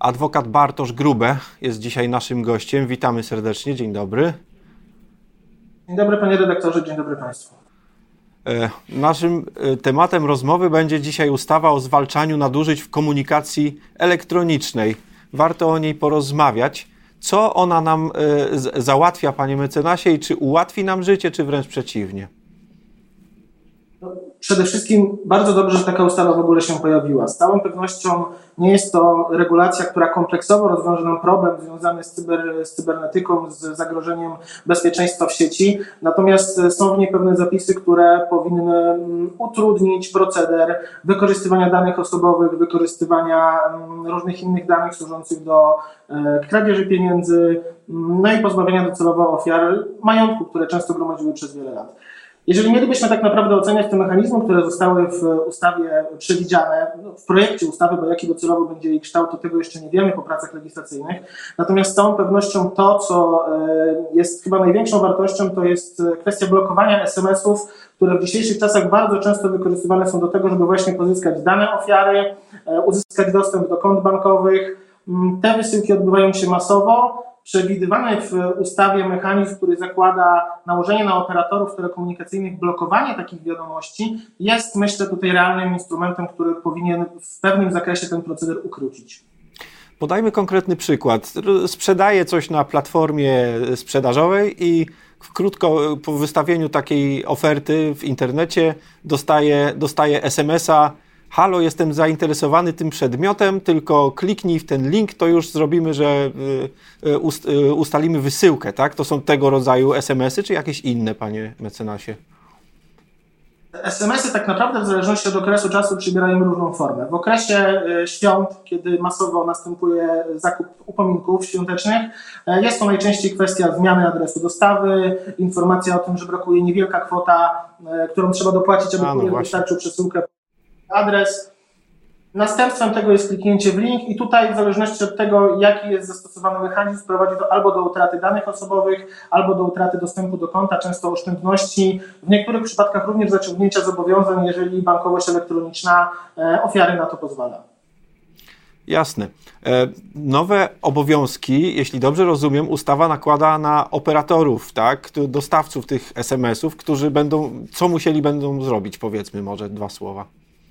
Adwokat Bartosz Grube jest dzisiaj naszym gościem. Witamy serdecznie. Dzień dobry. Dzień dobry panie redaktorze, dzień dobry państwu. Naszym tematem rozmowy będzie dzisiaj ustawa o zwalczaniu nadużyć w komunikacji elektronicznej. Warto o niej porozmawiać. Co ona nam załatwia, panie mecenasie, i czy ułatwi nam życie, czy wręcz przeciwnie? Przede wszystkim bardzo dobrze, że taka ustawa w ogóle się pojawiła. Z całą pewnością nie jest to regulacja, która kompleksowo rozwiąże nam problem związany z cybernetyką, z zagrożeniem bezpieczeństwa w sieci. Natomiast są w niej pewne zapisy, które powinny utrudnić proceder wykorzystywania danych osobowych, wykorzystywania różnych innych danych służących do kradzieży pieniędzy, no i pozbawienia docelowo ofiar majątku, które często gromadziły przez wiele lat. Jeżeli mielibyśmy tak naprawdę oceniać te mechanizmy, które zostały w ustawie przewidziane, w projekcie ustawy, bo jaki docelowo będzie jej kształt, to tego jeszcze nie wiemy po pracach legislacyjnych. Natomiast z całą pewnością to, co jest chyba największą wartością, to jest kwestia blokowania SMS-ów, które w dzisiejszych czasach bardzo często wykorzystywane są do tego, żeby właśnie pozyskać dane ofiary, uzyskać dostęp do kont bankowych. Te wysyłki odbywają się masowo. Przewidywany w ustawie mechanizm, który zakłada nałożenie na operatorów telekomunikacyjnych blokowanie takich wiadomości, jest, myślę, tutaj realnym instrumentem, który powinien w pewnym zakresie ten proceder ukrócić. Podajmy konkretny przykład. Sprzedaję coś na platformie sprzedażowej i krótko po wystawieniu takiej oferty w internecie dostaję SMS-a: halo, jestem zainteresowany tym przedmiotem, tylko kliknij w ten link, to już zrobimy, że ustalimy wysyłkę, tak? To są tego rodzaju SMS-y, czy jakieś inne, panie mecenasie? SMS-y tak naprawdę w zależności od okresu czasu przybierają różną formę. W okresie świąt, kiedy masowo następuje zakup upominków świątecznych, jest to najczęściej kwestia zmiany adresu dostawy, informacja o tym, że brakuje niewielka kwota, którą trzeba dopłacić, aby kurier dostarczył przesyłkę adres. Następstwem tego jest kliknięcie w link i tutaj w zależności od tego, jaki jest zastosowany mechanizm, prowadzi to albo do utraty danych osobowych, albo do utraty dostępu do konta, często oszczędności, w niektórych przypadkach również zaciągnięcia zobowiązań, jeżeli bankowość elektroniczna ofiary na to pozwala. Jasne. Nowe obowiązki, jeśli dobrze rozumiem, ustawa nakłada na operatorów, tak, dostawców tych SMS-ów, którzy co musieli zrobić, powiedzmy może dwa słowa.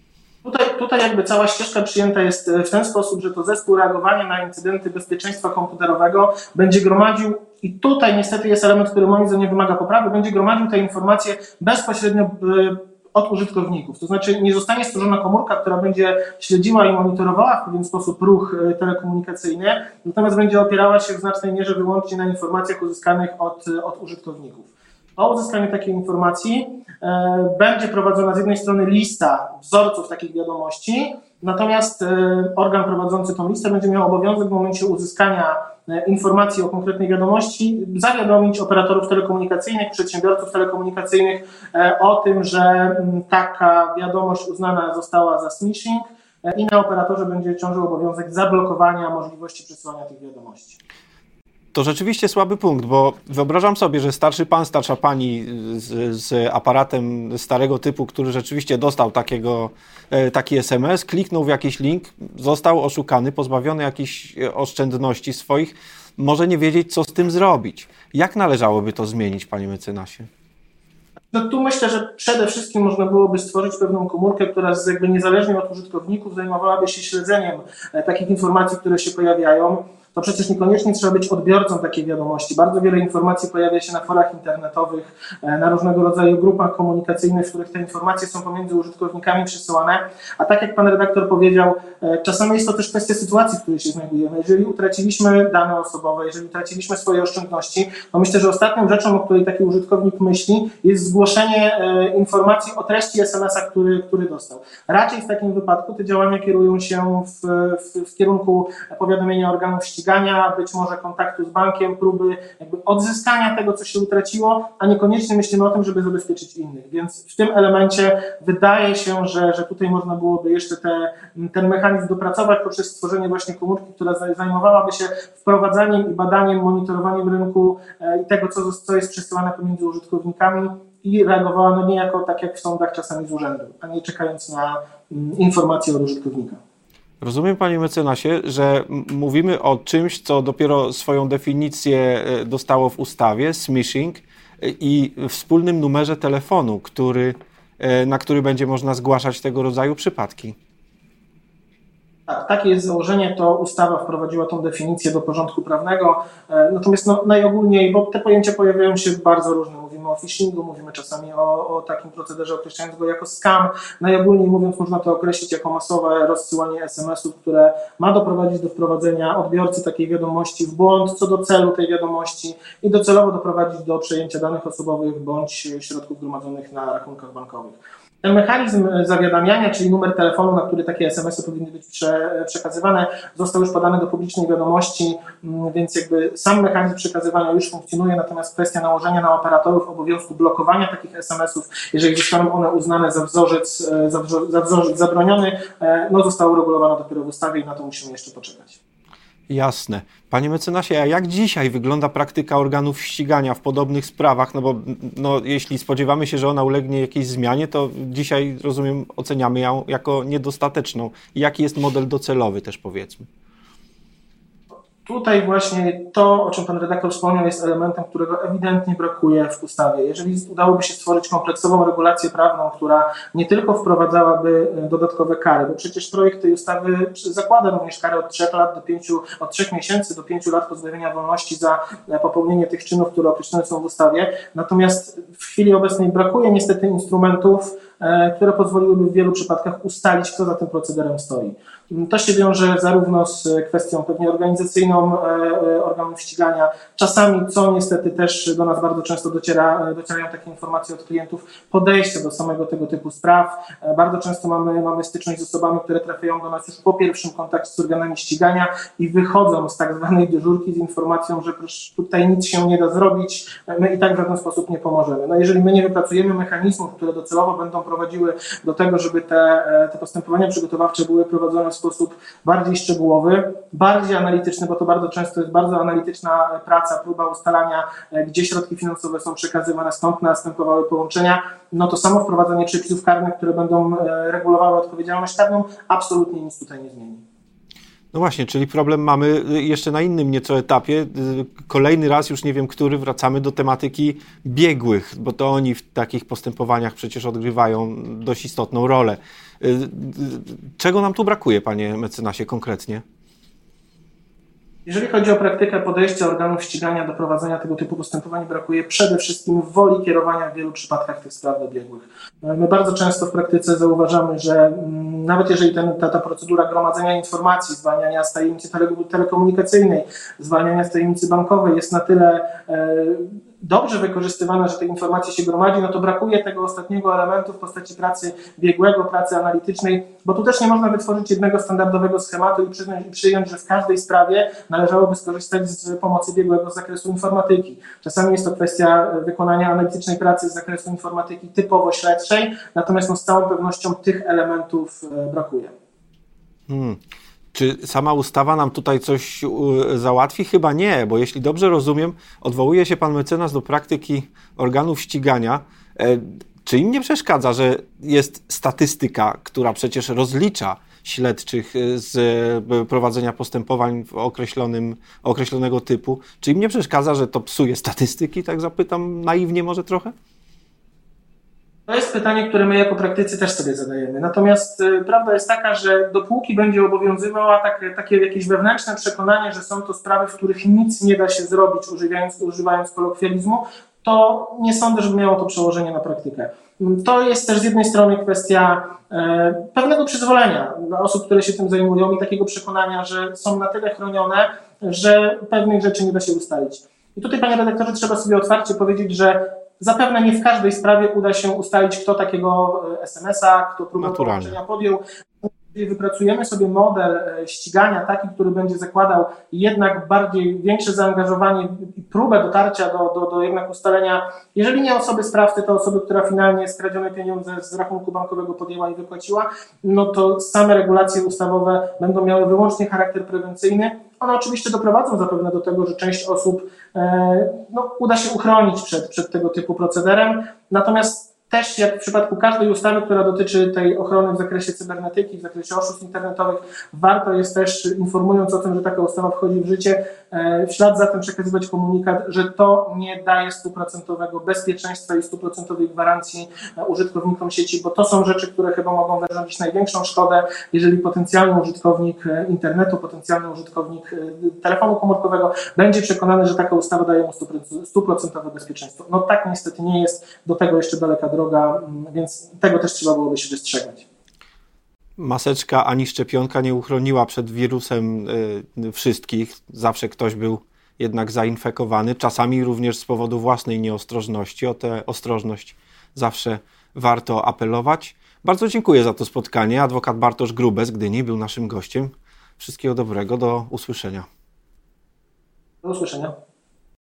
Tutaj jakby cała ścieżka przyjęta jest w ten sposób, że to zespół reagowania na incydenty bezpieczeństwa komputerowego będzie gromadził, i tutaj niestety jest element, który moim zdaniem wymaga poprawy, będzie gromadził te informacje bezpośrednio od użytkowników. To znaczy nie zostanie stworzona komórka, która będzie śledziła i monitorowała w pewien sposób ruch telekomunikacyjny, natomiast będzie opierała się w znacznej mierze wyłącznie na informacjach uzyskanych od użytkowników. Po uzyskaniu takiej informacji będzie prowadzona z jednej strony lista wzorców takich wiadomości, natomiast organ prowadzący tą listę będzie miał obowiązek w momencie uzyskania informacji o konkretnej wiadomości zawiadomić operatorów telekomunikacyjnych, przedsiębiorców telekomunikacyjnych o tym, że taka wiadomość uznana została za smishing i na operatorze będzie ciążył obowiązek zablokowania możliwości przesyłania tych wiadomości. To rzeczywiście słaby punkt, bo wyobrażam sobie, że starszy pan, starsza pani z aparatem starego typu, który rzeczywiście dostał taki SMS, kliknął w jakiś link, został oszukany, pozbawiony jakichś oszczędności swoich, może nie wiedzieć, co z tym zrobić. Jak należałoby to zmienić, panie mecenasie? No tu myślę, że przede wszystkim można byłoby stworzyć pewną komórkę, która jakby niezależnie od użytkowników zajmowałaby się śledzeniem takich informacji, które się pojawiają. To przecież niekoniecznie trzeba być odbiorcą takiej wiadomości. Bardzo wiele informacji pojawia się na forach internetowych, na różnego rodzaju grupach komunikacyjnych, w których te informacje są pomiędzy użytkownikami przesyłane. A tak jak pan redaktor powiedział, czasami jest to też kwestia sytuacji, w której się znajdujemy. Jeżeli utraciliśmy dane osobowe, jeżeli utraciliśmy swoje oszczędności, to myślę, że ostatnią rzeczą, o której taki użytkownik myśli, jest zgłoszenie informacji o treści SMS-a, który dostał. Raczej w takim wypadku te działania kierują się w kierunku powiadomienia organów ścigania, być może kontaktu z bankiem, próby jakby odzyskania tego, co się utraciło, a niekoniecznie myślimy o tym, żeby zabezpieczyć innych. Więc w tym elemencie wydaje się, że tutaj można byłoby jeszcze ten mechanizm dopracować poprzez stworzenie właśnie komórki, która zajmowałaby się wprowadzaniem i badaniem, monitorowaniem rynku i tego, co jest przesyłane pomiędzy użytkownikami, i reagowała niejako tak jak w sądach czasami z urzędu, a nie czekając na informacje od użytkownika. Rozumiem, panie mecenasie, że mówimy o czymś, co dopiero swoją definicję dostało w ustawie, smishing, i wspólnym numerze telefonu, na który będzie można zgłaszać tego rodzaju przypadki. Tak, takie jest założenie, to ustawa wprowadziła tą definicję do porządku prawnego, natomiast najogólniej, bo te pojęcia pojawiają się bardzo różne, mówimy o phishingu, mówimy czasami o takim procederze określając go jako scam, najogólniej mówiąc można to określić jako masowe rozsyłanie SMS-ów, które ma doprowadzić do wprowadzenia odbiorcy takiej wiadomości w błąd co do celu tej wiadomości i docelowo doprowadzić do przejęcia danych osobowych bądź środków gromadzonych na rachunkach bankowych. Ten mechanizm zawiadamiania, czyli numer telefonu, na który takie SMS-y powinny być przekazywane, został już podany do publicznej wiadomości, więc jakby sam mechanizm przekazywania już funkcjonuje, natomiast kwestia nałożenia na operatorów obowiązku blokowania takich SMS-ów, jeżeli zostaną one uznane za wzorzec zabroniony, została uregulowana dopiero w ustawie i na to musimy jeszcze poczekać. Jasne. Panie mecenasie, a jak dzisiaj wygląda praktyka organów ścigania w podobnych sprawach? Bo jeśli spodziewamy się, że ona ulegnie jakiejś zmianie, to dzisiaj, rozumiem, oceniamy ją jako niedostateczną. Jaki jest model docelowy też, powiedzmy? Tutaj właśnie to, o czym pan redaktor wspomniał, jest elementem, którego ewidentnie brakuje w ustawie. Jeżeli udałoby się stworzyć kompleksową regulację prawną, która nie tylko wprowadzałaby dodatkowe kary, bo przecież projekt tej ustawy zakłada również karę od 3 lat do 5, od 3 miesięcy do 5 lat pozbawienia wolności za popełnienie tych czynów, które określone są w ustawie. Natomiast w chwili obecnej brakuje niestety instrumentów, które pozwoliłyby w wielu przypadkach ustalić, kto za tym procederem stoi. To się wiąże zarówno z kwestią pewnie organizacyjną organów ścigania, czasami, co niestety też do nas bardzo często docierają takie informacje od klientów, podejście do samego tego typu spraw. Bardzo często mamy styczność z osobami, które trafiają do nas już po pierwszym kontakcie z organami ścigania i wychodzą z tak zwanej dyżurki z informacją, że tutaj nic się nie da zrobić, my i tak w żaden sposób nie pomożemy. Jeżeli my nie wypracujemy mechanizmów, które docelowo będą prowadziły do tego, żeby te postępowania przygotowawcze były prowadzone w sposób bardziej szczegółowy, bardziej analityczny, bo to bardzo często jest bardzo analityczna praca, próba ustalania, gdzie środki finansowe są przekazywane, skąd następowały połączenia, to samo wprowadzenie przepisów karnych, które będą regulowały odpowiedzialność karną, absolutnie nic tutaj nie zmieni. No właśnie, czyli problem mamy jeszcze na innym nieco etapie. Kolejny raz, już nie wiem który, wracamy do tematyki biegłych, bo to oni w takich postępowaniach przecież odgrywają dość istotną rolę. Czego nam tu brakuje, panie mecenasie, konkretnie? Jeżeli chodzi o praktykę podejścia organów ścigania do prowadzenia tego typu postępowań, brakuje przede wszystkim woli kierowania w wielu przypadkach tych spraw do biegłych. My bardzo często w praktyce zauważamy, że nawet jeżeli ta procedura gromadzenia informacji, zwalniania z tajemnicy telekomunikacyjnej, zwalniania z tajemnicy bankowej jest na tyle dobrze wykorzystywana, że te informacje się gromadzi, to brakuje tego ostatniego elementu w postaci pracy biegłego, pracy analitycznej, bo tu też nie można wytworzyć jednego standardowego schematu i przyjąć, że w każdej sprawie należałoby skorzystać z pomocy biegłego z zakresu informatyki. Czasami jest to kwestia wykonania analitycznej pracy z zakresu informatyki typowo śledczej, natomiast z całą pewnością tych elementów brakuje. Czy sama ustawa nam tutaj coś załatwi? Chyba nie, bo jeśli dobrze rozumiem, odwołuje się pan mecenas do praktyki organów ścigania. Czy im nie przeszkadza, że jest statystyka, która przecież rozlicza śledczych z prowadzenia postępowań określonego typu? Czy im nie przeszkadza, że to psuje statystyki? Tak zapytam naiwnie może trochę? To jest pytanie, które my jako praktycy też sobie zadajemy. Natomiast prawda jest taka, że dopóki będzie obowiązywała takie jakieś wewnętrzne przekonanie, że są to sprawy, w których nic nie da się zrobić, używając kolokwializmu, to nie sądzę, żeby miało to przełożenie na praktykę. To jest też z jednej strony kwestia pewnego przyzwolenia dla osób, które się tym zajmują i takiego przekonania, że są na tyle chronione, że pewnych rzeczy nie da się ustalić. I tutaj, panie redaktorze, trzeba sobie otwarcie powiedzieć, że zapewne nie w każdej sprawie uda się ustalić, kto takiego SMS-a, kto próbę połączenia podjął. Jeżeli wypracujemy sobie model ścigania taki, który będzie zakładał jednak większe zaangażowanie i próbę dotarcia do jednak ustalenia, jeżeli nie osoby sprawcy, to osoby, która finalnie skradzione pieniądze z rachunku bankowego podjęła i wypłaciła, to same regulacje ustawowe będą miały wyłącznie charakter prewencyjny. One oczywiście doprowadzą zapewne do tego, że część osób uda się uchronić przed tego typu procederem, natomiast też jak w przypadku każdej ustawy, która dotyczy tej ochrony w zakresie cybernetyki, w zakresie oszustw internetowych, warto jest też, informując o tym, że taka ustawa wchodzi w życie, w ślad za tym przekazywać komunikat, że to nie daje 100% bezpieczeństwa i 100% gwarancji użytkownikom sieci, bo to są rzeczy, które chyba mogą wyrządzić największą szkodę, jeżeli potencjalny użytkownik internetu, potencjalny użytkownik telefonu komórkowego będzie przekonany, że taka ustawa daje mu 100% bezpieczeństwo. No tak niestety nie jest, do tego jeszcze daleka droga, więc tego też trzeba byłoby się wystrzegać. Maseczka ani szczepionka nie uchroniła przed wirusem wszystkich. Zawsze ktoś był jednak zainfekowany, czasami również z powodu własnej nieostrożności. O tę ostrożność zawsze warto apelować. Bardzo dziękuję za to spotkanie. Adwokat Bartosz Grube z Gdyni był naszym gościem. Wszystkiego dobrego, do usłyszenia. Do usłyszenia.